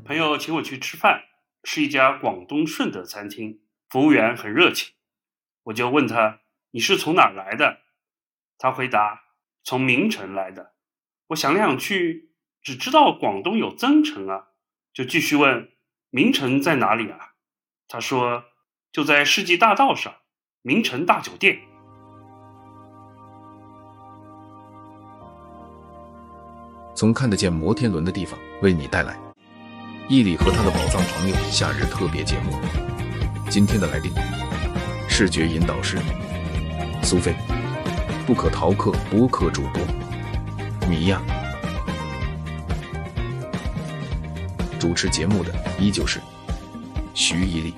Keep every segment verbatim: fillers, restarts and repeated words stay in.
朋友请我去吃饭，是一家广东顺德餐厅，服务员很热情。我就问他，你是从哪儿来的？他回答，从名城来的。我想来想去，只知道广东有增城啊，就继续问，名城在哪里啊？他说，就在世纪大道上，名城大酒店。 从看得见摩天轮的地方为你带来毅力和他的宝藏朋友夏日特别节目。今天的来宾，视觉引导师苏菲，不可逃课播客主播米娅。主持节目的依旧是徐一力。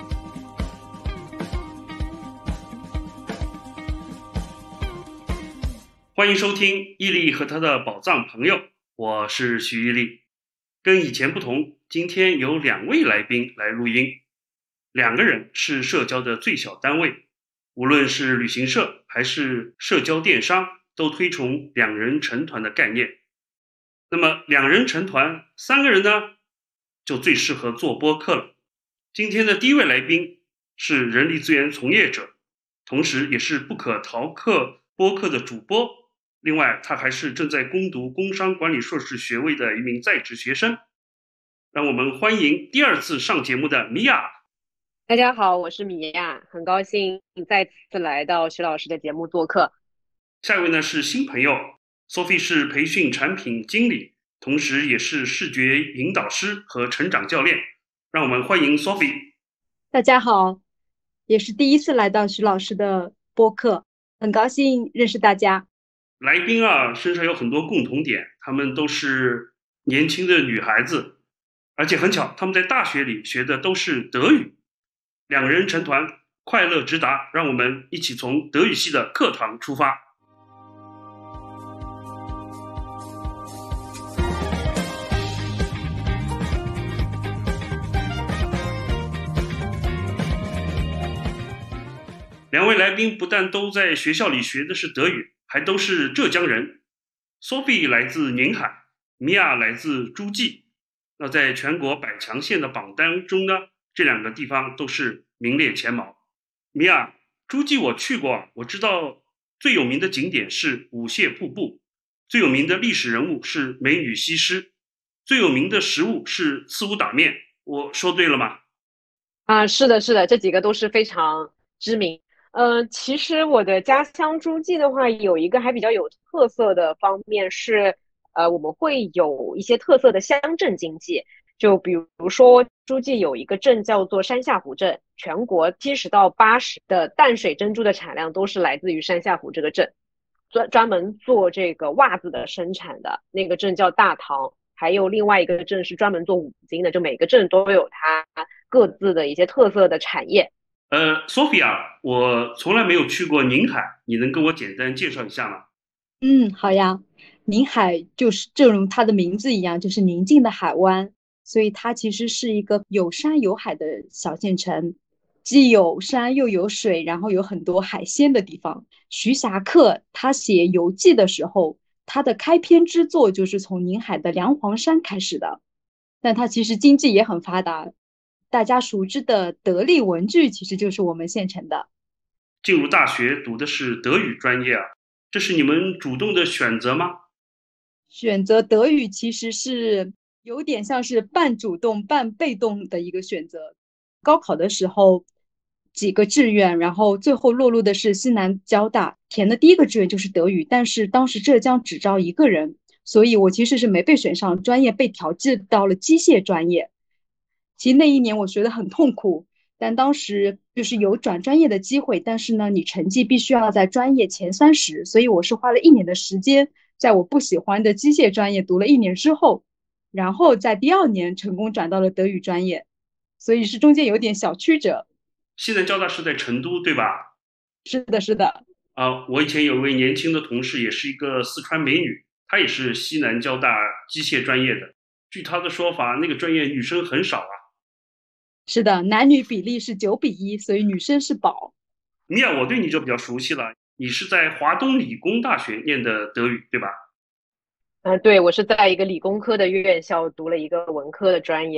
欢迎收听毅力和他的宝藏朋友，我是徐一力。跟以前不同，今天有两位来宾来录音，两个人是社交的最小单位，无论是旅行社还是社交电商，都推崇两人成团的概念。那么两人成团，三个人呢，就最适合做播客了。今天的第一位来宾是人力资源从业者，同时也是不可逃课播客的主播。另外，他还是正在攻读工商管理硕士学位的一名在职学生。让我们欢迎第二次上节目的米娅。 大家好，我是米娅，很高兴再次来到徐老师的节目做客。 下一位呢是新朋友 Sophie， 是培训产品经理，同时也是视觉引导师和成长教练。让我们欢迎 Sophie。 大家好，也是第一次来到徐老师的播客，很高兴认识大家。 来宾啊，身上有很多共同点，他们都是年轻的女孩子，而且很巧，他们在大学里学的都是德语。两人成团，快乐直达，让我们一起从德语系的课堂出发。两位来宾不但都在学校里学的是德语，还都是浙江人。 Sophie 来自宁海，米娅来自诸暨。那在全国百强县的榜单中呢，这两个地方都是名列前茅。米娅，诸暨我去过，我知道最有名的景点是舞榭瀑布，最有名的历史人物是美女西施，最有名的食物是刺乌打面，我说对了吗？ 啊，是的，是的，这几个都是非常知名。呃，其实我的家乡诸暨的话，有一个还比较有特色的方面是，呃，我们会有一些特色的乡镇经济。就比如说，诸暨有一个镇叫做山下湖镇，全国七十到八十的淡水珍珠的产量都是来自于山下湖这个镇，专专门做这个袜子的生产的那个镇叫大塘。还有另外一个镇是专门做五金的，就每个镇都有它各自的一些特色的产业。 呃 Sophia， 我从来没有去过宁海，你能跟我简单介绍一下吗？ 嗯，好呀。宁海就是正如它的名字一样，就是宁静的海湾，所以它其实是一个有山有海的小县城，既有山又有水，然后有很多海鲜的地方。徐霞客他写游记的时候，他的开篇之作就是从宁海的梁皇山开始的。但它其实经济也很发达，大家熟知的得力文具其实就是我们县城的。 进入大学读的是德语专业啊，这是你们主动的选择吗？ 选择德语其实是有点像是半主动半被动的一个选择。高考的时候几个志愿，然后最后落入的是西南交大，填的第一个志愿就是德语，但是当时浙江只招一个人，所以我其实是没被选上，专业被调剂到了机械专业。其实那一年我学得很痛苦，但当时就是有转专业的机会，但是呢，你成绩必须要在专业前三十，所以我是花了一年的时间，在我不喜欢的机械专业读了一年之后，然后在第二年成功转到了德语专业，所以是中间有点小曲折。 西南交大是在成都，对吧？ 是的，是的。 啊，我以前有一位年轻的同事，也是一个四川美女，她也是西南交大机械专业的。据她的说法，那个专业女生很少啊。 是的，男女比例是九比一，所以女生是宝。 米娅，我对你就比较熟悉了，你是在华东理工大学念的德语，对吧？ 嗯、呃，对，我是在一个理工科的院校读了一个文科的专业，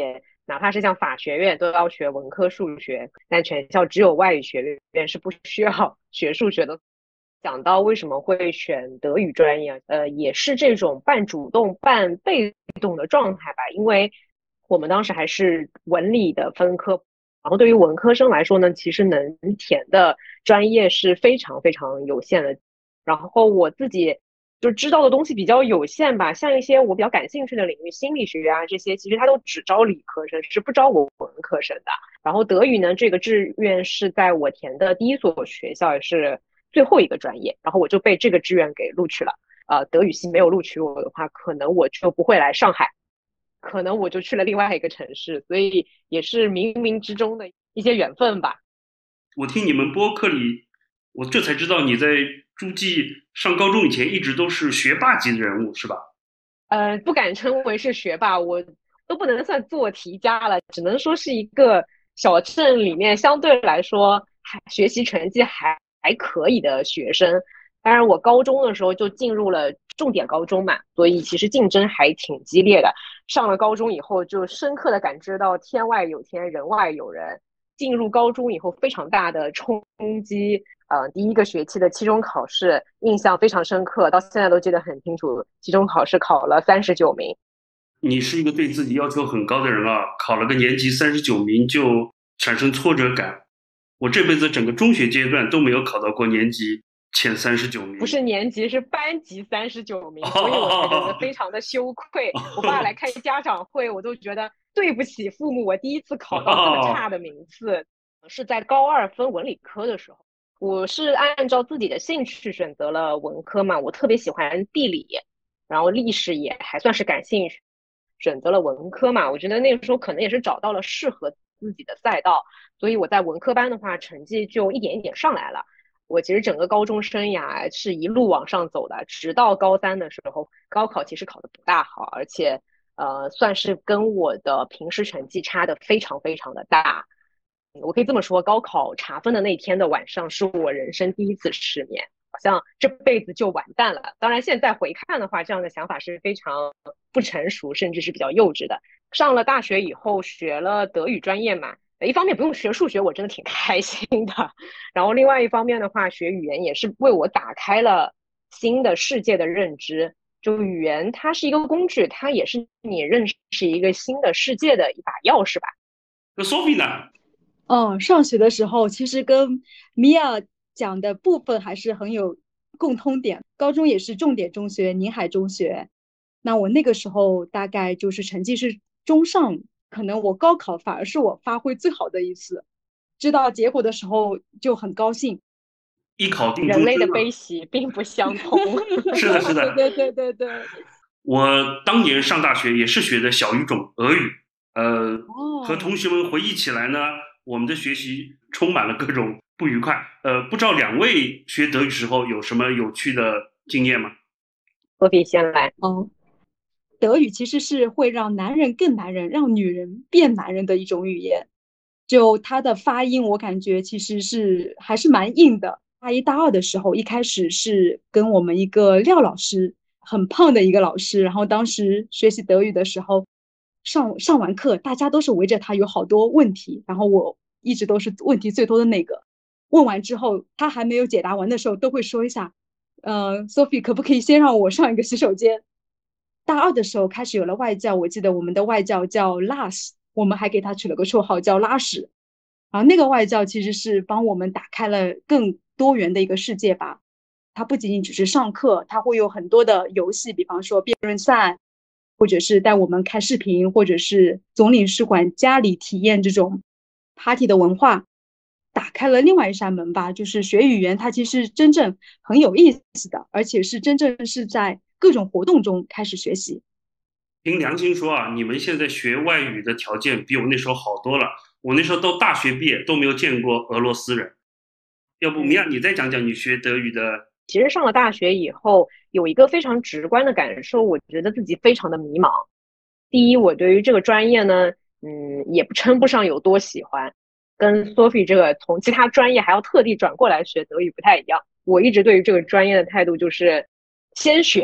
哪怕是像法学院都要学文科数学，但全校只有外语学院是不需要学数学的。讲到为什么会选德语专业，呃，也是这种半主动半被动的状态吧，因为我们当时还是文理的分科，然后对于文科生来说呢，其实能填的专业是非常非常有限的。然后我自己就知道的东西比较有限吧，像一些我比较感兴趣的领域，心理学啊这些，其实它都只招理科生，是不招我文科生的。然后德语呢，这个志愿是在我填的第一所学校，也是最后一个专业，然后我就被这个志愿给录取了。呃，德语系没有录取我的话，可能我就不会来上海，可能我就去了另外一个城市，所以也是冥冥之中的一些缘分吧。 我听你们播客里，我这才知道你在诸暨上高中以前一直都是学霸级的人物，是吧？ 呃，不敢称为是学霸，我都不能算做题家了，只能说是一个小镇里面相对来说还学习成绩还还可以的学生。当然，我高中的时候就进入了重点高中嘛，所以其实竞争还挺激烈的。上了高中以后，就深刻的感知到天外有天，人外有人。进入高中以后，非常大的冲击。呃，第一个学期的期中考试印象非常深刻，到现在都记得很清楚。期中考试考了三十九名。 你是一个对自己要求很高的人啊，考了个年级三十九名就产生挫折感。我这辈子整个中学阶段都没有考到过年级前三十九名。 不是年级，是班级三十九名，所以我才觉得非常的羞愧。我爸来开家长会，我都觉得对不起父母，我第一次考到这么差的名次。是在高二分文理科的时候，我是按照自己的兴趣选择了文科嘛，我特别喜欢地理，然后历史也还算是感兴趣，选择了文科嘛。我觉得那个时候可能也是找到了适合自己的赛道，所以我在文科班的话，成绩就一点一点上来了。我其实整个高中生涯是一路往上走的，直到高三的时候，高考其实考得不大好，而且呃，算是跟我的平时成绩差的非常非常的大。我可以这么说，高考查分的那天的晚上是我人生第一次失眠，好像这辈子就完蛋了。当然现在回看的话，这样的想法是非常不成熟，甚至是比较幼稚的。上了大学以后学了德语专业嘛，一方面不用学数学，我真的挺开心的。然后另外一方面的话，学语言也是为我打开了新的世界的认知。就语言它是一个工具，它也是你认识一个新的世界的一把钥匙吧。 那 Sophie 呢？ 嗯，上学的时候其实跟米娅讲的部分还是很有共通点。高中也是重点中学，宁海中学。那我那个时候大概就是成绩是中上，可能我高考反而是我发挥最好的一次。知道结果的时候就很高兴。 一考定终人类的身啊悲喜并不相通。 是的，是的。 对对对对对。 我当年上大学也是学的小语种俄语，呃， 哦， 和同学们回忆起来呢，我们的学习充满了各种不愉快。呃，不知道两位学德语时候有什么有趣的经验吗？ 我比先来。 哦，德语其实是会让男人更男人，让女人变男人的一种语言。就它的发音，我感觉其实是还是蛮硬的。大一大二的时候，一开始是跟我们一个廖老师，很胖的一个老师，然后当时学习德语的时候，上上完课，大家都是围着他有好多问题，然后我一直都是问题最多的那个。问完之后，他还没有解答完的时候，都会说一下，呃，Sophie 可不可以先让我上一个洗手间？大二的时候开始有了外教，我记得我们的外教叫 Lars， 我们还给他取了个绰号叫拉屎。然后那个外教其实是帮我们打开了更多元的一个世界吧。它不仅仅只是上课，它会有很多的游戏，比方说辩论赛，或者是带我们看视频，或者是总领事馆家里体验这种 party 的文化，打开了另外一扇门吧。就是学语言它其实真正很有意思的，而且是真正是在各种活动中开始学习。 凭良心说啊，你们现在学外语的条件比我那时候好多了。我那时候都大学毕业都没有见过俄罗斯人。要不米娅你再讲讲你学德语的。 其实上了大学以后，有一个非常直观的感受，我觉得自己非常的迷茫。第一，我对于这个专业呢，嗯，也不称不上有多喜欢，跟 Sophie 这个从其他专业还要特地转过来学德语不太一样。我一直对于这个专业的态度就是先学着，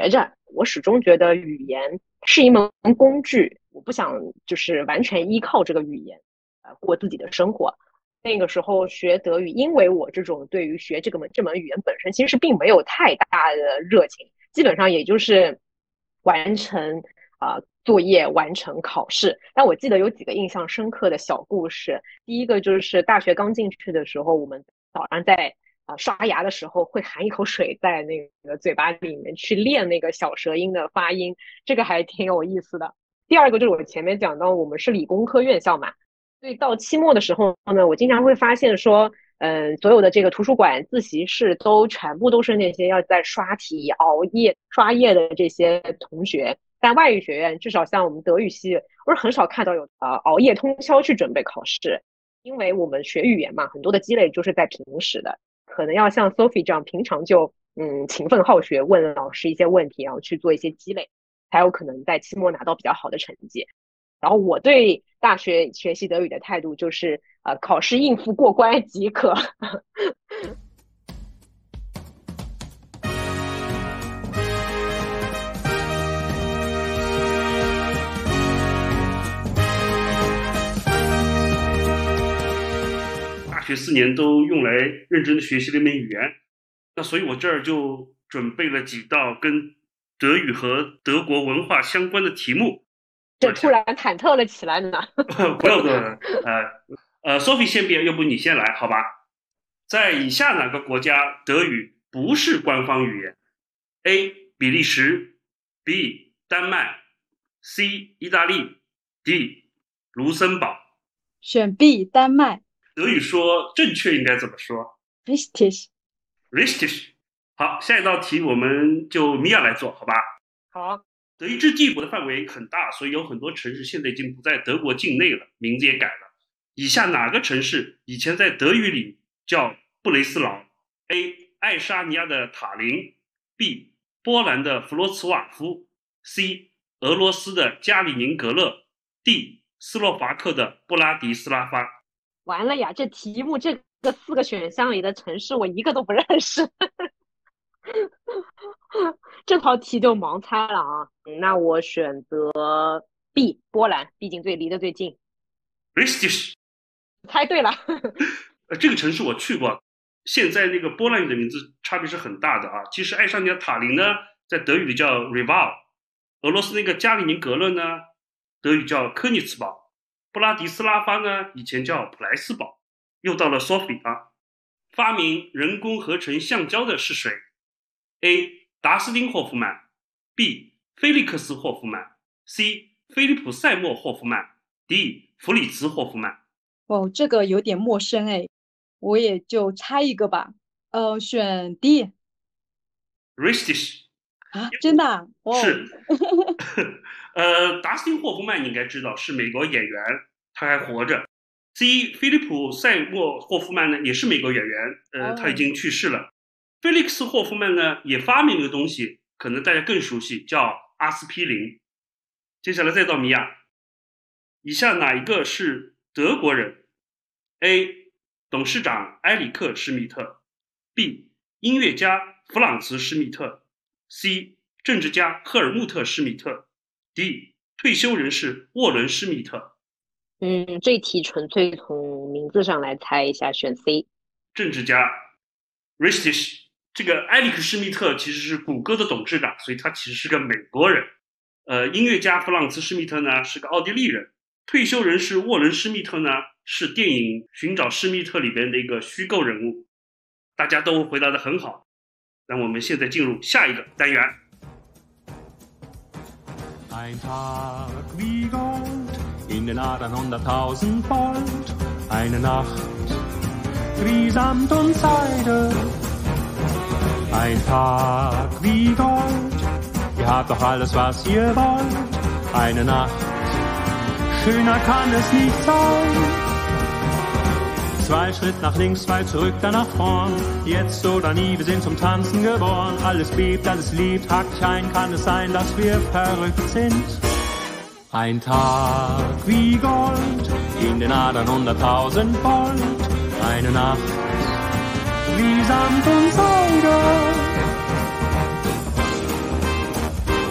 我始终觉得语言是一门工具，我不想就是完全依靠这个语言呃过自己的生活。那个时候学德语，因为我这种对于学这个门这门语言本身其实并没有太大的热情，基本上也就是完成啊、呃、作业，完成考试。但我记得有几个印象深刻的小故事。第一个就是大学刚进去的时候，我们早上在啊、呃、刷牙的时候会含一口水在那个嘴巴里面去练那个小舌音的发音，这个还挺有意思的。第二个就是我前面讲到我们是理工科院校嘛，所以到期末的时候呢，我经常会发现说嗯、呃，所有的这个图书馆自习室都全部都是那些要在刷题熬夜刷页的这些同学。但外语学院至少像我们德语系，我是很少看到有呃熬夜通宵去准备考试，因为我们学语言嘛，很多的积累就是在平时的，可能要像 Sophie 这样平常就嗯勤奋好学，问老师一些问题，然后去做一些积累，才有可能在期末拿到比较好的成绩。然后我对大学学习德语的态度就是呃考试应付过关即可。 大学四年都用来认真的学习了一门语言，那所以我这儿就准备了几道跟德语和德国文化相关的题目。 这突然忐忑了起来呢。 不要的，呃呃 ，Sophie 先别，要不你先来，好吧？在以下哪个国家德语不是官方语言 ？A. 比利时 B. 丹麦 C. 意大利 D. 卢森堡。 选 B 丹麦。 德语说正确应该怎么说 Richtig Richtig。 好，下一道题我们就米娅来做，好吧？ 好。 德意志帝国的范围很大，所以有很多城市现在已经不在德国境内了，名字也改了。以下哪个城市以前在德语里叫布雷斯劳 ？A. 爱沙尼亚的塔林 B. 波兰的弗罗茨瓦夫 C. 俄罗斯的加里宁格勒 D. 斯洛伐克的布拉迪斯拉发。 完了呀，这题目这个四个选项里的城市我一个都不认识。这道题就盲猜了啊！那我选择 B 波兰，毕竟最离得最近。 Richtig， 猜对了。 这个城市我去过，现在那个波兰语的名字差别是很大的啊。其实爱沙尼亚塔林呢，在德语里叫 Reval， 俄罗斯那个加里宁格勒呢，德语叫科尼茨堡，布拉迪斯拉发呢，以前叫普莱斯堡。又到了 Sophie 啊，发明人工合成橡胶的是谁？ A. 达斯汀霍夫曼 B. 菲利克斯霍夫曼 C. 菲利普塞默霍夫曼 D. 弗里茨霍夫曼。 哦，这个有点陌生哎，我也就猜一个吧，呃，选 D。 Richtig 啊，真的啊？哦、 是。呃，达斯汀霍夫曼你应该知道，是美国演员，他还活着。C. 菲利普塞默霍夫曼呢，也是美国演员，呃， 哦、 他已经去世了。菲利克斯霍夫曼呢，也发明了个东西，可能大家更熟悉，叫阿司匹林。接下来再到米娅，以下哪一个是德国人 ？A. 董事长埃里克施密特 B. 音乐家弗朗茨施密特 C. 政治家赫尔穆特施密特 D. 退休人士沃伦施密特。 嗯，这题纯粹从名字上来猜一下，选 C。 政治家 Richtig。这个埃里克施密特其实是谷歌的董事长，所以他其实是个美国人。呃，音乐家弗朗茨施密特呢是个奥地利人。退休人士沃伦施密特呢是电影《寻找施密特》里边的一个虚构人物。大家都回答得很好。那我们现在进入下一个单元。 Ein Tag wie Gold, in den Adern hunderttausend Volt, eine Nacht wie Samt und Seide.Ein Tag wie Gold, ihr habt doch alles, was ihr wollt. Eine Nacht, schöner kann es nicht sein. Zwei Schritt nach links, zwei zurück, dann nach vorn. Jetzt oder nie, wir sind zum Tanzen geboren. Alles bebt, alles liebt, hakt dich ein, kann es sein, dass wir verrückt sind. Ein Tag wie Gold, in den Adern hunderttausend Volt. Eine Nacht.Wie Samt und Seide.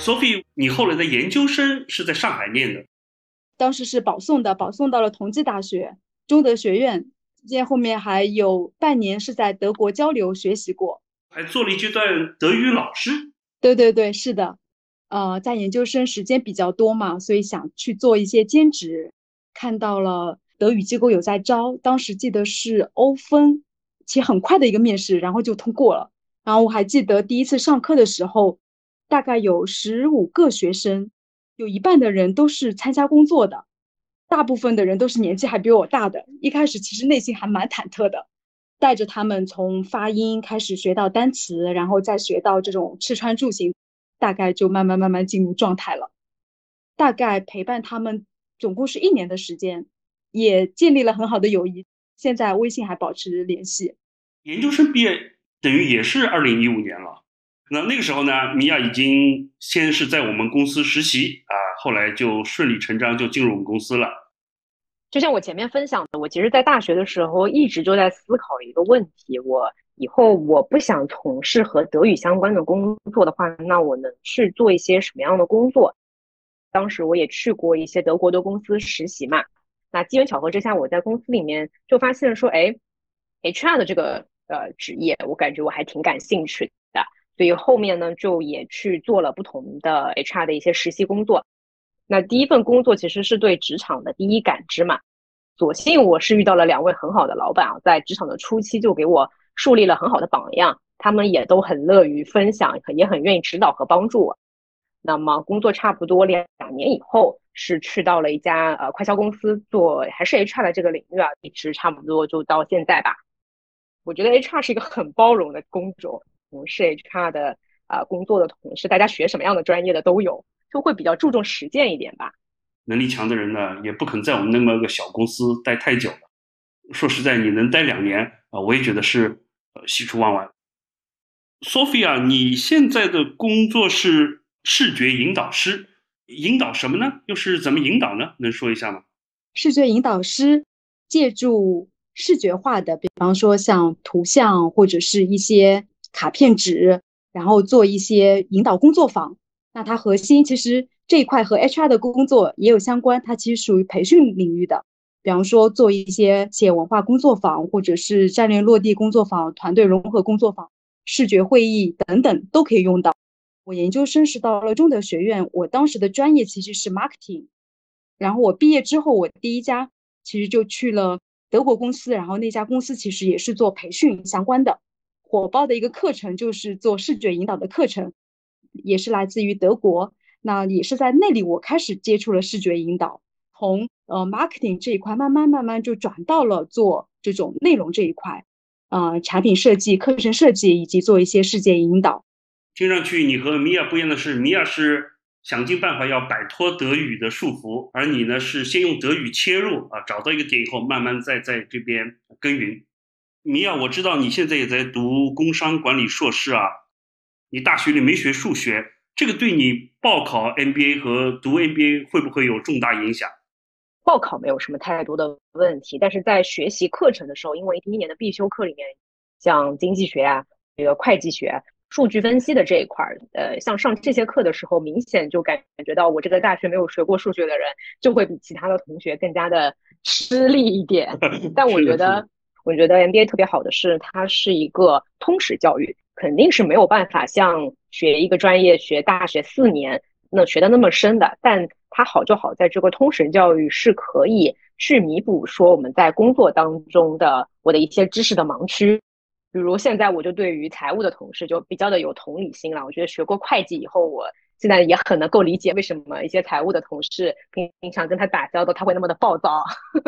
Sophie， 你后来的研究生是在上海念的？ 当时是保送的，保送到了同济大学中德学院，今天后面还有半年是在德国交流学习过， 还做了一阶段德语老师。 对对对，是的。呃，在研究生时间比较多嘛，所以想去做一些兼职，看到了德语机构有在招，当时记得是欧分，其实很快的一个面试，然后就通过了。然后我还记得第一次上课的时候，大概有十五个学生，有一半的人都是参加工作的，大部分的人都是年纪还比我大的。一开始其实内心还蛮忐忑的，带着他们从发音开始学到单词，然后再学到这种吃穿住行，大概就慢慢慢慢进入状态了。大概陪伴他们总共是一年的时间，也建立了很好的友谊，现在微信还保持联系。 研究生毕业等于也是二零一五年了，那那个时候呢，米娅已经先是在我们公司实习啊，后来就顺理成章就进入我们公司了。 就像我前面分享的，我其实在大学的时候一直就在思考一个问题，我以后我不想从事和德语相关的工作的话，那我能去做一些什么样的工作？当时我也去过一些德国的公司实习嘛，那机缘巧合之下，我在公司里面就发现说，哎 ，H R 的这个呃职业，我感觉我还挺感兴趣的，所以后面呢就也去做了不同的 H R 的一些实习工作。那第一份工作其实是对职场的第一感知嘛，所幸我是遇到了两位很好的老板啊，在职场的初期就给我树立了很好的榜样，他们也都很乐于分享，也很愿意指导和帮助我。那么工作差不多两年以后，是去到了一家呃快销公司做，还是 H R 的这个领域啊，一直差不多就到现在吧。我觉得 H R 是一个很包容的工种，从事 H R 的啊、呃、工作的同事，大家学什么样的专业的都有，就会比较注重实践一点吧。 能力强的人呢，也不肯在我们那么个小公司待太久了。说实在，你能待两年啊、呃，我也觉得是呃喜出望外。Sophia， 你现在的工作是视觉引导师，引导什么呢？又是怎么引导呢？能说一下吗？ 视觉引导师借助视觉化的，比方说像图像或者是一些卡片纸，然后做一些引导工作坊。那它核心其实这一块和 H R 的工作也有相关，它其实属于培训领域的。比方说做一些企业文化工作坊，或者是战略落地工作坊、团队融合工作坊、视觉会议等等都可以用到。我研究生是到了中德学院，我当时的专业其实是 marketing， 然后我毕业之后，我第一家其实就去了德国公司，然后那家公司其实也是做培训相关的，火爆的一个课程就是做视觉引导的课程，也是来自于德国。那也是在那里我开始接触了视觉引导，从呃 marketing 这一块慢慢慢慢就转到了做这种内容这一块，呃产品设计、课程设计以及做一些视觉引导。 听上去你和米娅不一样的是，米娅是想尽办法要摆脱德语的束缚，而你呢是先用德语切入啊，找到一个点以后，慢慢再在这边耕耘。米娅，我知道你现在也在读工商管理硕士啊，你大学里没学数学，这个对你报考 M B A 和读 M B A 会不会有重大影响？ 报考没有什么太多的问题，但是在学习课程的时候，因为第一年的必修课里面，像经济学啊、这个会计学、数据分析的这一块，呃，像上这些课的时候，明显就感觉到我这个大学没有学过数学的人，就会比其他的同学更加的吃力一点。但我觉得，我觉得 M B A 特别好的是，它是一个通识教育，肯定是没有办法像学一个专业学大学四年那学的那么深的，但它好就好在这个通识教育是可以去弥补说我们在工作当中的我的一些知识的盲区。比如现在我就对于财务的同事就比较的有同理心了，我觉得学过会计以后，我现在也很能够理解为什么一些财务的同事平常跟他打交道他会那么的暴躁。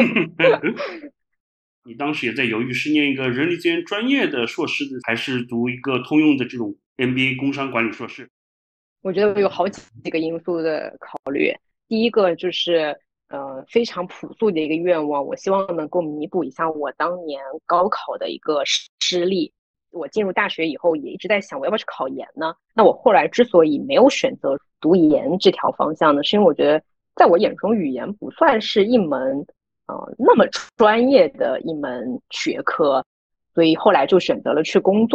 你当时也在犹豫是念一个人力资源专业的硕士，还是读一个通用的这种 M B A 工商管理硕士？ 我觉得有好几个因素的考虑。第一个就是呃非常朴素的一个愿望，我希望能够弥补一下我当年高考的一个失利。我进入大学以后也一直在想我要不要去考研呢？那我后来之所以没有选择读研这条方向呢，是因为我觉得在我眼中语言不算是一门呃那么专业的一门学科，所以后来就选择了去工作。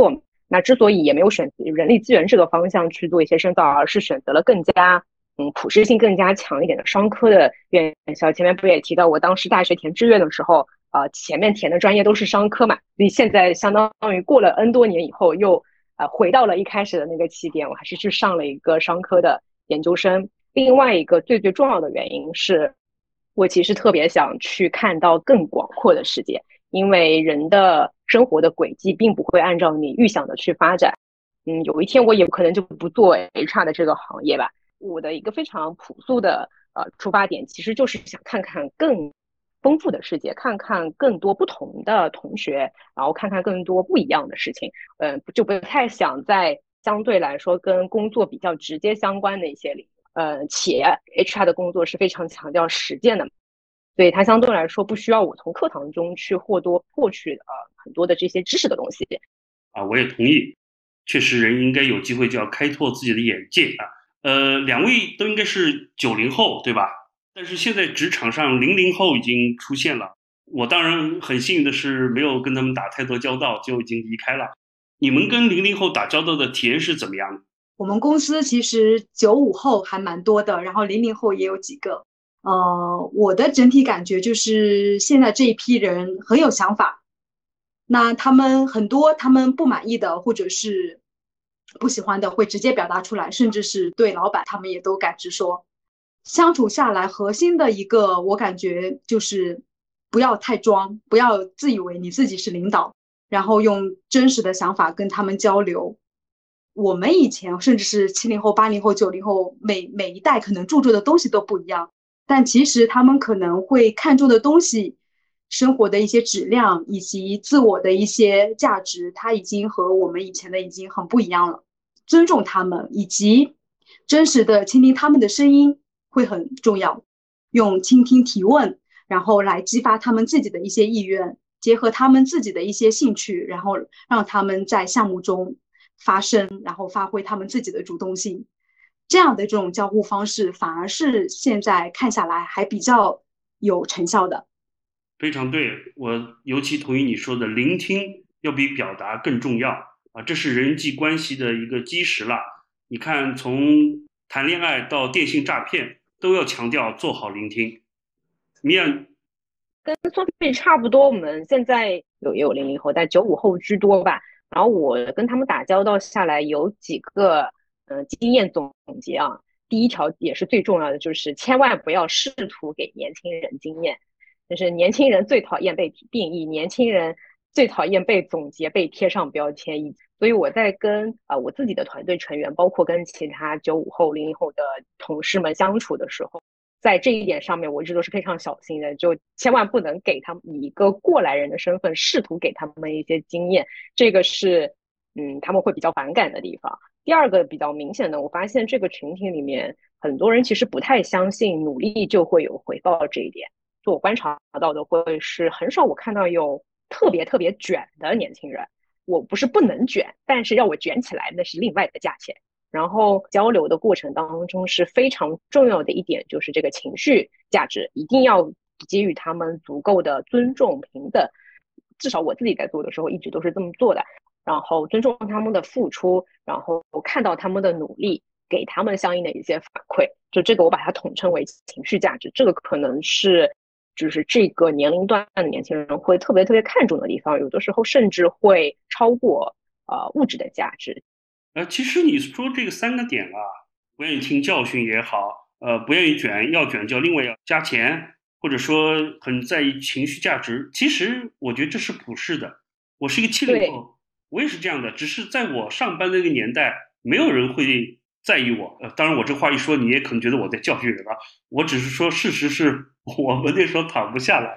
那之所以也没有选人力资源这个方向去做一些深造，而是选择了更加嗯普适性更加强一点的商科的院校。前面不也提到，我当时大学填志愿的时候，呃，前面填的专业都是商科嘛，所以现在相当于过了 N 多年以后，又呃回到了一开始的那个起点，我还是去上了一个商科的研究生。另外一个最最重要的原因是，我其实特别想去看到更广阔的世界，因为人的生活的轨迹并不会按照你预想的去发展。嗯，有一天我也可能就不做 H R 的这个行业吧。我的一个非常朴素的呃出发点，其实就是想看看更丰富的世界，看看更多不同的同学，然后看看更多不一样的事情。嗯、呃，就不太想在相对来说跟工作比较直接相关的一些领域。呃，企业 H R 的工作是非常强调实践的，所以它相对来说不需要我从课堂中去获多获取呃很多的这些知识的东西。 啊，我也同意，确实人应该有机会就要开拓自己的眼界啊。呃，两位都应该是九零后，对吧？但是现在职场上零零后已经出现了，我当然很幸运的是没有跟他们打太多交道，就已经离开了。你们跟零零后打交道的体验是怎么样的？ 我们公司其实九五后还蛮多的，然后零零后也有几个。呃，我的整体感觉就是现在这一批人很有想法，那他们很多他们不满意的或者是不喜欢的会直接表达出来，甚至是对老板他们也都敢直说。相处下来，核心的一个我感觉就是不要太装，不要自以为你自己是领导，然后用真实的想法跟他们交流。我们以前甚至是七零后、八零后、九零后，每每一代可能注重的东西都不一样，但其实他们可能会看重的东西，生活的一些质量以及自我的一些价值，它已经和我们以前的已经很不一样了。尊重他们，以及真实的倾听他们的声音会很重要。用倾听提问，然后来激发他们自己的一些意愿，结合他们自己的一些兴趣，然后让他们在项目中发声，然后发挥他们自己的主动性。这样的这种交互方式反而是现在看下来还比较有成效的。 非常对，我尤其同意你说的，聆听要比表达更重要啊，这是人际关系的一个基石了。你看，从谈恋爱到电信诈骗，都要强调做好聆听。米娅， 跟苏菲差不多，我们现在有也有零零后，但九五后居多吧。然后我跟他们打交道下来，有几个呃经验总结啊。第一条也是最重要的，就是千万不要试图给年轻人经验，就是年轻人最讨厌被定义，年轻人最讨厌被总结、被贴上标签。所以我在跟啊、呃、我自己的团队成员，包括跟其他九五后、零零后的同事们相处的时候，在这一点上面，我一直都是非常小心的，就千万不能给他们以一个过来人的身份，试图给他们一些经验，这个是嗯他们会比较反感的地方。第二个比较明显的，我发现这个群体里面很多人其实不太相信努力就会有回报这一点。就我观察到的会是很少我看到有特别特别卷的年轻人。我不是不能卷，但是要我卷起来那是另外的价钱。然后交流的过程当中是非常重要的一点，就是这个情绪价值一定要给予他们足够的尊重平等，至少我自己在做的时候一直都是这么做的。然后尊重他们的付出，然后看到他们的努力，给他们相应的一些反馈，就这个我把它统称为情绪价值。这个可能是就是这个年龄段的年轻人会特别特别看重的地方，有的时候甚至会超过呃物质的价值。 呃，其实你说这个三个点啊，不愿意听教训也好，呃，不愿意卷，要卷就另外要加钱，或者说很在意情绪价值，其实我觉得这是普世的。我是一个七零后，我也是这样的，只是在我上班的那个年代，没有人会在意我。呃，当然我这话一说，你也可能觉得我在教训人啊。我只是说，事实是我们那时候躺不下来。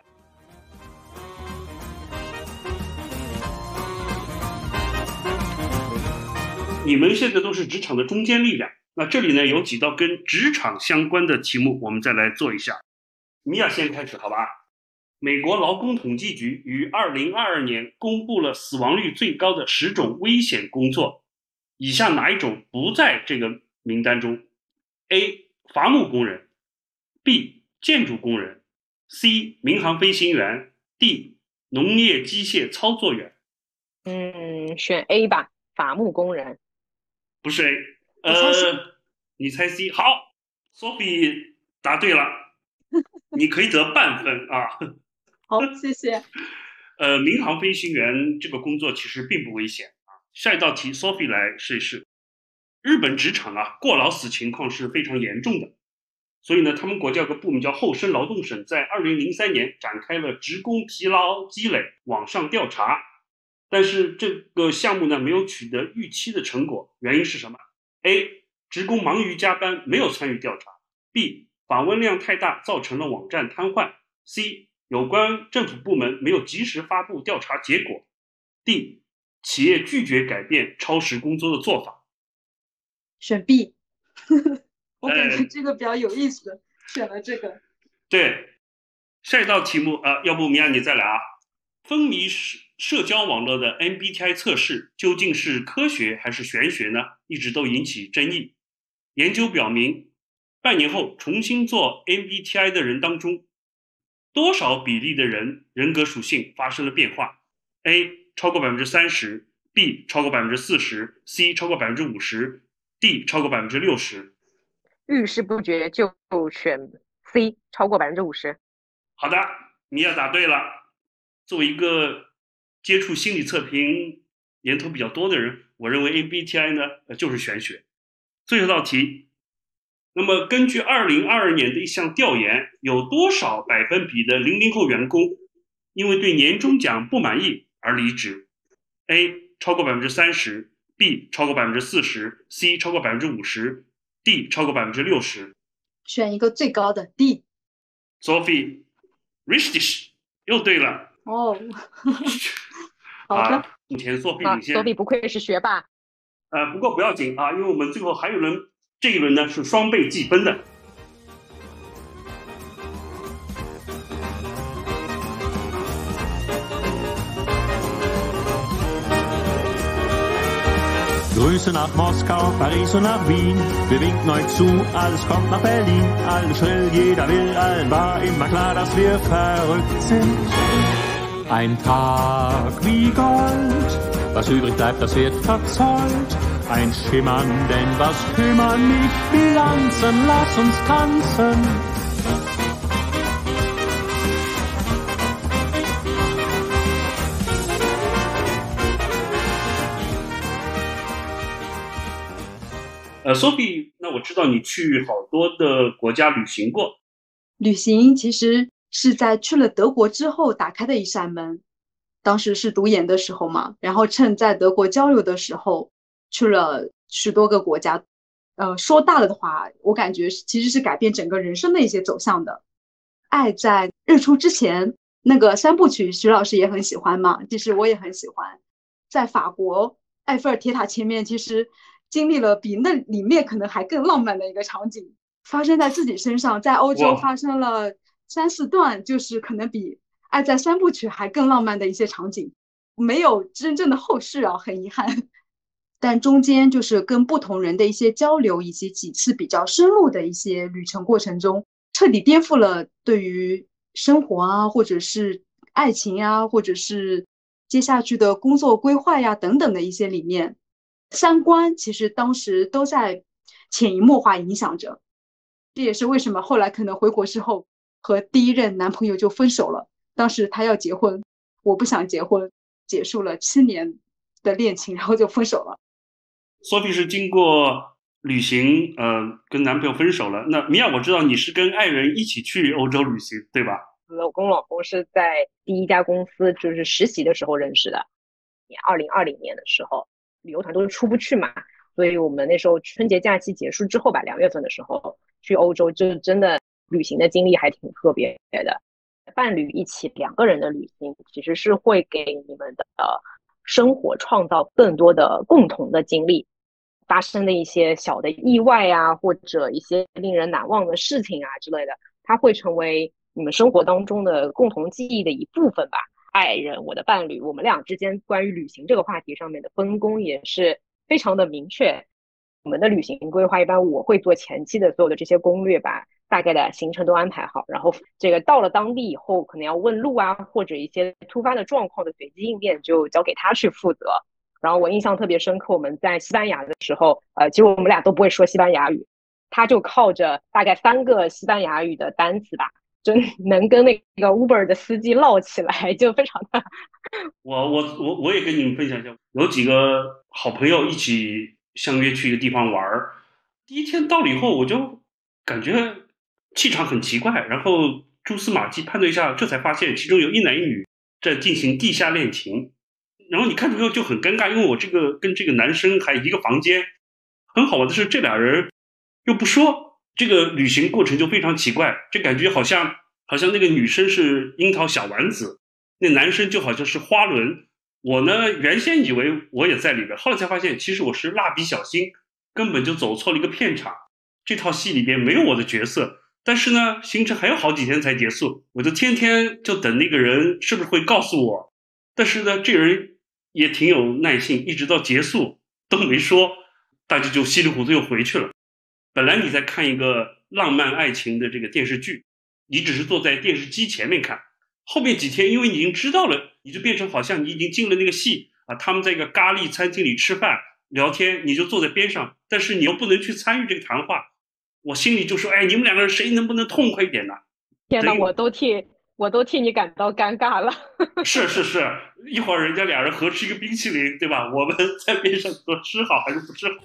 你们现在都是职场的中坚力量，那这里呢有几道跟职场相关的题目，我们再来做一下。米娅先开始，好吧？美国劳工统计局于二零二二年公布了死亡率最高的十种危险工作，以下哪一种不在这个名单中 ？A. 伐木工人 B. 建筑工人 C. 民航飞行员 D. 农业机械操作员。 嗯，选 A 吧。 伐木工人。 不是 A， 我猜 C 呃，你猜 C。好 ，Sophie 答对了，你可以得半分啊。 好，谢谢。 呃，民航飞行员这个工作其实并不危险啊。下一道题，Sophie 来试一试。日本职场啊，过劳死情况是非常严重的，所以呢，他们国家有个部门叫厚生劳动省，在二零零三年展开了职工疲劳积累网上调查，但是这个项目呢没有取得预期的成果，原因是什么 ？A. 职工忙于加班，没有参与调查 ；B. 访问量太大，造成了网站瘫痪 ；C. 有关政府部门没有及时发布调查结果 ；D. 企业拒绝改变超时工作的做法。 选 B。我感觉这个比较有意思，选了这个。 对，下一道题目啊、呃，要不米娅你再来啊？风靡社交网络的 M B T I 测试究竟是科学还是玄学呢？一直都引起争议。研究表明，半年后重新做 M B T I 的人当中，多少比例的人人格属性发生了变化 ？A. 超过百分之三十 ，B. 超过百分之四十 ，C. 超过百分之五十 ，D. 超过百分之六十。 遇事不决就选 C， 超过百分之五十。 好的，你也答对了。作为一个接触心理测评年头比较多的人，我认为 M B T I 呢就是玄学。最后一道题，那么根据二零二二年的一项调研，有多少百分比的零零后员工因为对年终奖不满意而离职 ？A. 超过百分之三十 ，B. 超过百分之四十 ，C. 超过百分之五十 ，D. 超过百分之六十。 选一个最高的 D。 Sophie Richtig 又对了。 哦，好的。 啊、目前 Sophie 领先。 啊、Sophie 不愧是学霸。 呃，不过不要紧啊，因为我们最后还有人，这一轮呢是双倍计分的。 Grüße nach Moskau, Paris und nach Wien. Wir winken euch zu, alles kommt nach Berlin. Alles schnell, jeder will, allen war immer klar, dass wir verrückt sind. Ein Tag wie Gold, was übrig bleibt, das wird verzollt. Ein Schimmern, denn was kümmern mich Bilanzen, lass uns tanzen. 呃 ，Sophie， 那我知道你去好多的国家旅行过。 旅行其实是在去了德国之后打开的一扇门。当时是读研的时候嘛，然后趁在德国交流的时候，去了十多个国家。呃，说大了的话，我感觉其实是改变整个人生的一些走向的。爱在日出之前，那个三部曲，徐老师也很喜欢嘛，其实我也很喜欢。在法国埃菲尔铁塔前面，其实经历了比那里面可能还更浪漫的一个场景发生在自己身上，在欧洲发生了三四段，就是可能比爱在三部曲还更浪漫的一些场景，没有真正的后续啊，很遗憾。但中间就是跟不同人的一些交流，以及几次比较深入的一些旅程过程中，彻底颠覆了对于生活啊，或者是爱情啊，或者是接下去的工作规划呀等等的一些理念。三观其实当时都在潜移默化影响着，这也是为什么后来可能回国之后和第一任男朋友就分手了。当时他要结婚，我不想结婚，结束了七年的恋情，然后就分手了。 Sophie 是经过旅行，呃，跟男朋友分手了。那米娅，我知道你是跟爱人一起去欧洲旅行，对吧？ 我跟老公是在第一家公司就是实习的时候认识的，二零二零年的时候，旅游团都是出不去嘛，所以我们那时候春节假期结束之后吧，两月份的时候去欧洲，就真的旅行的经历还挺特别的。伴侣一起两个人的旅行，其实是会给你们的生活创造更多的共同的经历。发生的一些小的意外啊，或者一些令人难忘的事情啊之类的，它会成为你们生活当中的共同记忆的一部分吧。爱人，我的伴侣，我们俩之间关于旅行这个话题上面的分工也是非常的明确。我们的旅行规划一般我会做前期的所有的这些攻略吧，大概的行程都安排好，然后这个到了当地以后可能要问路啊，或者一些突发的状况的随机应变就交给他去负责。 然后我印象特别深刻，我们在西班牙的时候，呃，其实我们俩都不会说西班牙语，他就靠着大概三个西班牙语的单词吧，就能跟那个 Uber 的司机唠起来，就非常的。 我我我我也跟你们分享一下，有几个好朋友一起相约去一个地方玩儿，第一天到了以后，我就感觉气场很奇怪，然后蛛丝马迹判断一下，这才发现其中有一男一女在进行地下恋情。然后你看之后就很尴尬，因为我这个跟这个男生还一个房间。很好玩的是，这俩人又不说，这个旅行过程就非常奇怪，这感觉好像好像那个女生是樱桃小丸子，那男生就好像是花轮。我呢原先以为我也在里边，后来才发现其实我是蜡笔小新，根本就走错了一个片场。这套戏里边没有我的角色，但是呢行程还有好几天才结束，我就天天就等那个人是不是会告诉我。但是呢这人也挺有耐性，一直到结束都没说，大家就稀里糊涂又回去了。本来你在看一个浪漫爱情的这个电视剧，你只是坐在电视机前面看，后面几天因为你已经知道了，你就变成好像你已经进了那个戏啊，他们在一个咖喱餐厅里吃饭聊天，你就坐在边上，但是你又不能去参与这个谈话。我心里就说，哎，你们两个人谁能不能痛快一点呢？ 天哪，我都替我都替你感到尴尬了。 是是是，一会儿人家俩人合吃一个冰淇淋，对吧？我们在边上说吃好还是不吃好。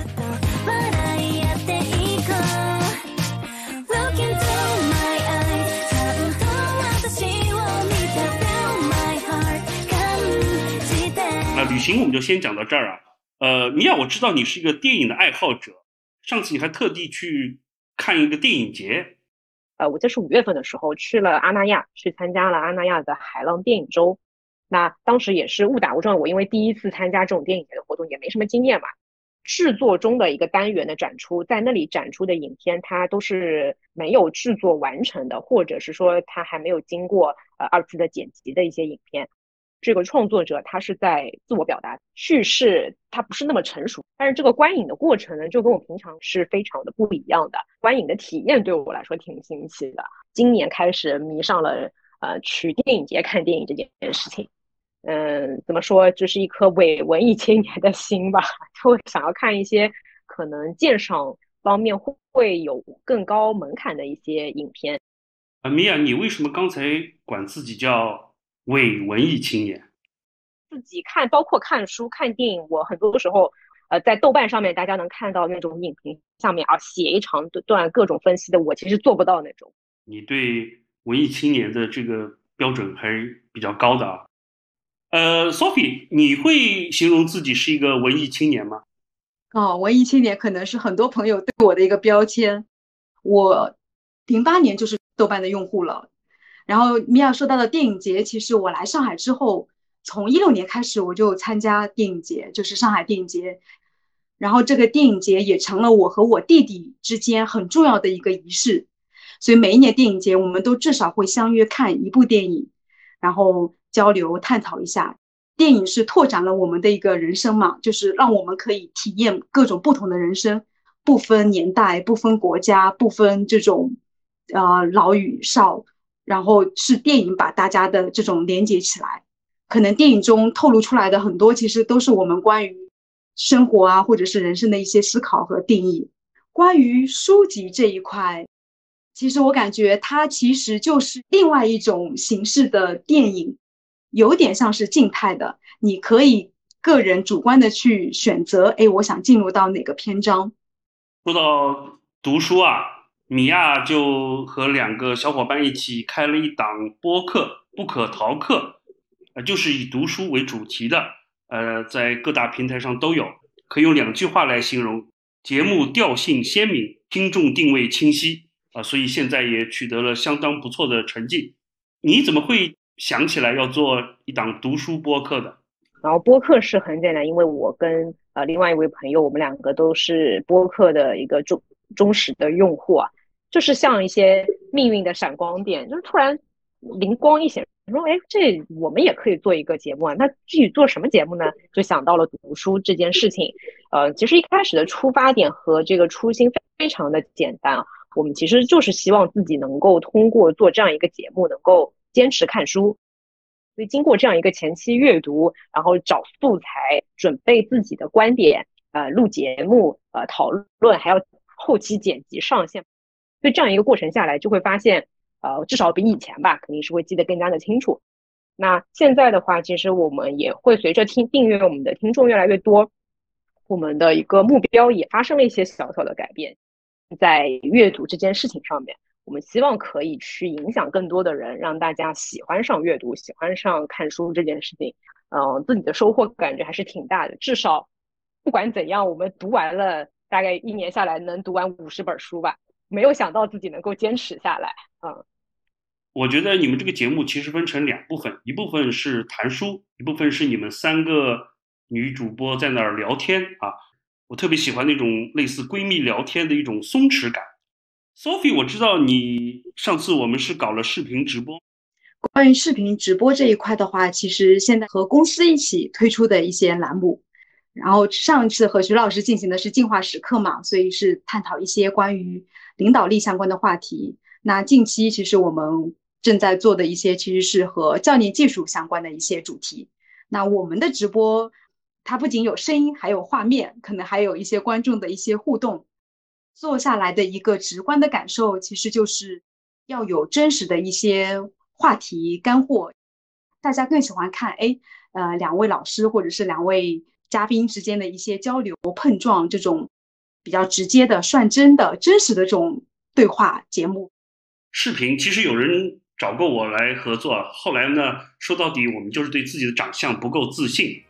那旅行我们就先讲到这儿啊。呃，米娅，我知道你是一个电影的爱好者，上次你还特地去看一个电影节。 呃，我这是五月份的时候去了阿那亚，去参加了阿那亚的海浪电影周。那当时也是误打误撞，我因为第一次参加这种电影节的活动，也没什么经验嘛。制作中的一个单元的展出，在那里展出的影片，它都是没有制作完成的，或者是说它还没有经过呃二次的剪辑的一些影片。这个创作者他是在自我表达，叙事它不是那么成熟，但是这个观影的过程呢，就跟我平常是非常的不一样的。观影的体验对我来说挺新奇的。今年开始迷上了呃去电影节看电影这件事情。嗯，怎么说，这是一颗伪文艺青年的心吧，就想要看一些可能鉴赏方面会会有更高门槛的一些影片。 啊，米娅，你为什么刚才管自己叫伪文艺青年？ 自己看，包括看书、看电影，我很多时候，呃，在豆瓣上面大家能看到那种影评上面啊，写一长段各种分析的，我其实做不到那种。 你对文艺青年的这个标准还是比较高的啊。呃 ，Sophie， 你会形容自己是一个文艺青年吗？ 哦，文艺青年可能是很多朋友对我的一个标签。我零八年就是豆瓣的用户了。然后米娅说到的电影节，其实我来上海之后，从一六年开始我就参加电影节，就是上海电影节。然后这个电影节也成了我和我弟弟之间很重要的一个仪式。所以每一年电影节，我们都至少会相约看一部电影，然后交流探讨一下。电影是拓展了我们的一个人生嘛，就是让我们可以体验各种不同的人生，不分年代，不分国家，不分这种呃老与少，然后是电影把大家的这种连接起来。可能电影中透露出来的很多，其实都是我们关于生活啊，或者是人生的一些思考和定义。关于书籍这一块，其实我感觉它其实就是另外一种形式的电影，有点像是静态的，你可以个人主观的去选择，哎，我想进入到哪个篇章。 说到读书啊，米娅就和两个小伙伴一起开了一档播客，不可逃课，呃，就是以读书为主题的，呃，在各大平台上都有，可以用两句话来形容：节目调性鲜明，听众定位清晰啊、呃，所以现在也取得了相当不错的成绩。你怎么会想起来要做一档读书播客的？ 然后播客是很简单，因为我跟呃另外一位朋友，我们两个都是播客的一个忠忠实的用户啊，就是像一些命运的闪光点，就是突然灵光一现，说哎，这我们也可以做一个节目啊。那至于做什么节目呢？就想到了读书这件事情。呃，其实一开始的出发点和这个初心非常的简单啊，我们其实就是希望自己能够通过做这样一个节目，能够坚持看书。 所以经过这样一个前期阅读，然后找素材，准备自己的观点，呃，录节目，呃，讨论，还要后期剪辑上线，所以这样一个过程下来，就会发现，呃，至少比以前吧，肯定是会记得更加的清楚。那现在的话，其实我们也会随着听订阅我们的听众越来越多，我们的一个目标也发生了一些小小的改变，在阅读这件事情上面。我们希望可以去影响更多的人，让大家喜欢上阅读，喜欢上看书这件事情。嗯、呃，自己的收获感觉还是挺大的。至少不管怎样，我们读完了，大概一年下来能读完五十本书吧。没有想到自己能够坚持下来。嗯， 我觉得你们这个节目其实分成两部分，一部分是谈书，一部分是你们三个女主播在那儿聊天啊。我特别喜欢那种类似闺蜜聊天的一种松弛感。Sophie， 我知道你上次我们是搞了视频直播。 关于视频直播这一块的话，其实现在和公司一起推出的一些栏目，然后上次和徐老师进行的是进化时刻嘛，所以是探讨一些关于领导力相关的话题。那近期其实我们正在做的一些其实是和教练技术相关的一些主题。那我们的直播它不仅有声音，还有画面，可能还有一些观众的一些互动。做下来的一个直观的感受，其实就是要有真实的一些话题干货，大家更喜欢看，哎，呃，两位老师或者是两位嘉宾之间的一些交流碰撞，这种比较直接的、率真的、真实的这种对话节目。 视频其实有人找过我来合作，后来呢，说到底我们就是对自己的长相不够自信。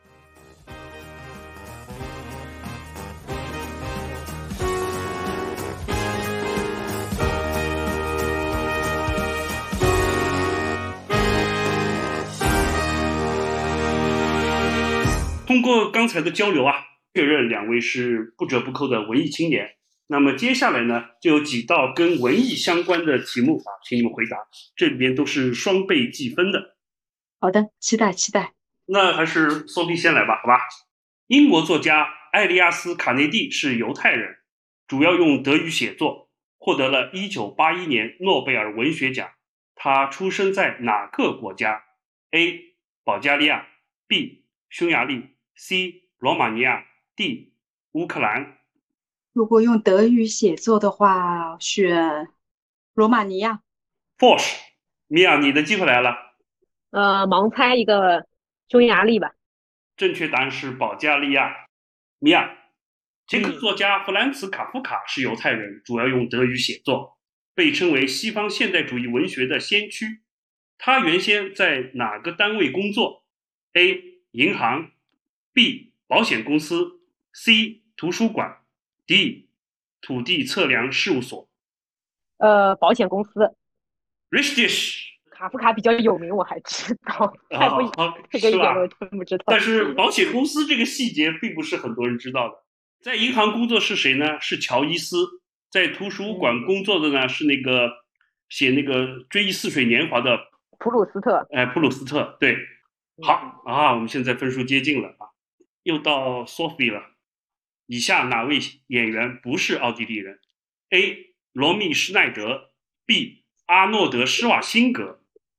通过刚才的交流啊，确认两位是不折不扣的文艺青年。那么接下来呢，就有几道跟文艺相关的题目啊，请你们回答。这里边都是双倍计分的。 好的，期待期待。 那还是Sophie先来吧，好吧？英国作家艾利亚斯·卡内蒂是犹太人，主要用德语写作，获得了一九八一年诺贝尔文学奖。他出生在哪个国家 ？A. 保加利亚 B. 匈牙利 C. 罗马尼亚 D. 乌克兰。 如果用德语写作的话，选罗马尼亚。 Force， 米娅，你的机会来了。 呃，盲猜一个匈牙利吧。 正确答案是保加利亚。米娅，捷克作家弗兰茨·卡夫卡是犹太人，主要用德语写作，被称为西方现代主义文学的先驱。他原先在哪个单位工作 ？A. 银行 B. 保险公司 C. 图书馆 D. 土地测量事务所。 呃，保险公司。 Richtig。 卡夫卡比较有名，我还知道，太不、 啊、 这个一点都真不知道。 但是保险公司这个细节并不是很多人知道的。在银行工作是谁呢？是乔伊斯。在图书馆工作的呢、嗯、是那个写那个《追忆似水年华》的普鲁斯特。 哎，普鲁斯特，对。好、嗯、啊，我们现在分数接近了啊，又到 Sophie 了。以下哪位演员不是奥地利人 ？A. 罗密·施耐德 B. 阿诺德·施瓦辛格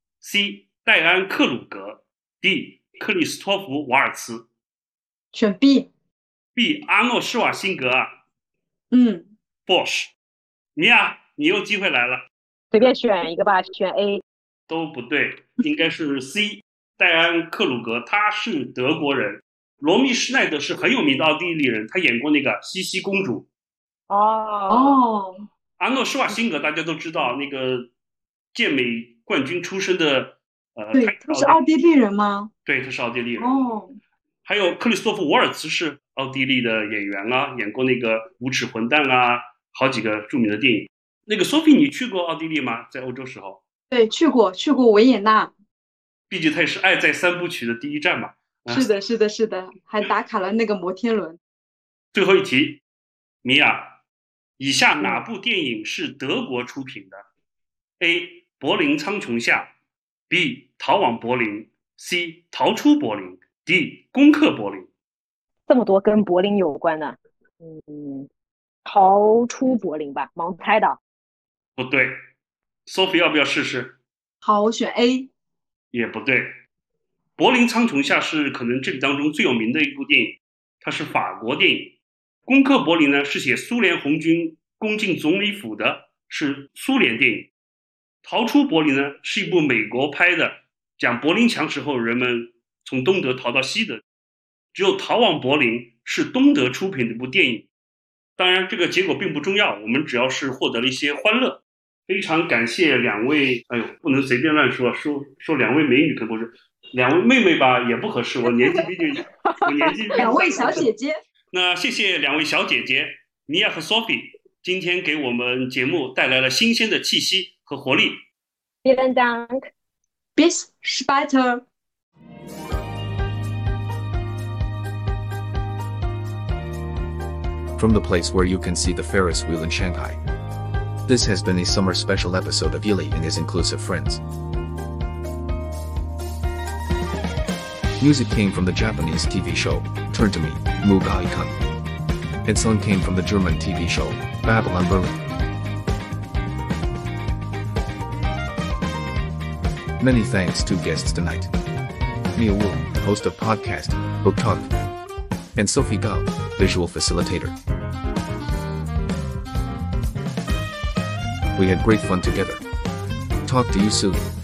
C. 戴安·克鲁格 D. 克里斯托弗·瓦尔茨。 选 B。 B. 阿诺·施瓦辛格啊。 嗯 Bosch。 米娅，你又机会来了。 随便选一个吧，选 A。 都不对，应该是 C. 戴安·克鲁格，他是德国人。罗密·施耐德是很有名的奥地利人，他演过那个西西公主。 哦哦。 阿诺·施瓦辛格大家都知道，那个健美冠军出身的，呃， 对，他是奥地利人吗？ 对，他是奥地利人。 哦。 还有克里斯托弗·沃尔茨是奥地利的演员啊，演过那个《无耻混蛋》啊，好几个著名的电影。那个 Sophie， 你去过奥地利吗？在欧洲时候？ 对，去过，去过维也纳。 毕竟它也是《爱在三部曲》的第一站嘛。 啊、是的，是的，是的，还打卡了那个摩天轮。 最后一题，米娅，以下哪部电影是德国出品的、嗯、？A. 柏林苍穹下 B. 逃往柏林 C. 逃出柏林 D. 攻克柏林。 这么多跟柏林有关的，嗯，逃出柏林吧，盲猜的。 不对。Sophie 要不要试试？ 好，我选 A。 也不对。 柏林苍穹下是可能这里当中最有名的一部电影，它是法国电影。攻克柏林呢是写苏联红军攻进总理府的，是苏联电影。逃出柏林呢是一部美国拍的，讲柏林墙时候人们从东德逃到西德。只有逃往柏林是东德出品的一部电影。当然这个结果并不重要，我们只要是获得了一些欢乐。非常感谢两位，哎呦，不能随便乱说，说说两位美女可不是，两位妹妹吧也不合适，我年纪毕竟我年纪两位小姐姐。 那谢谢两位小姐姐米娅和 Sophie， 今天给我们节目带来了新鲜的气息和活力。 Vielen Dank. Bis später. From the place where you can see the Ferris wheel in Shanghai. This has been a summer special episode of Yili and his inclusive friends. Music came from the Japanese T V show, Turn to Me, Mugai-kun. And song came from the German T V show, Babylon Berlin. Many thanks to guests tonight. Mia Wu, host of podcast, Book Talk. And Sophie Gao, visual facilitator. We had great fun together. Talk to you soon.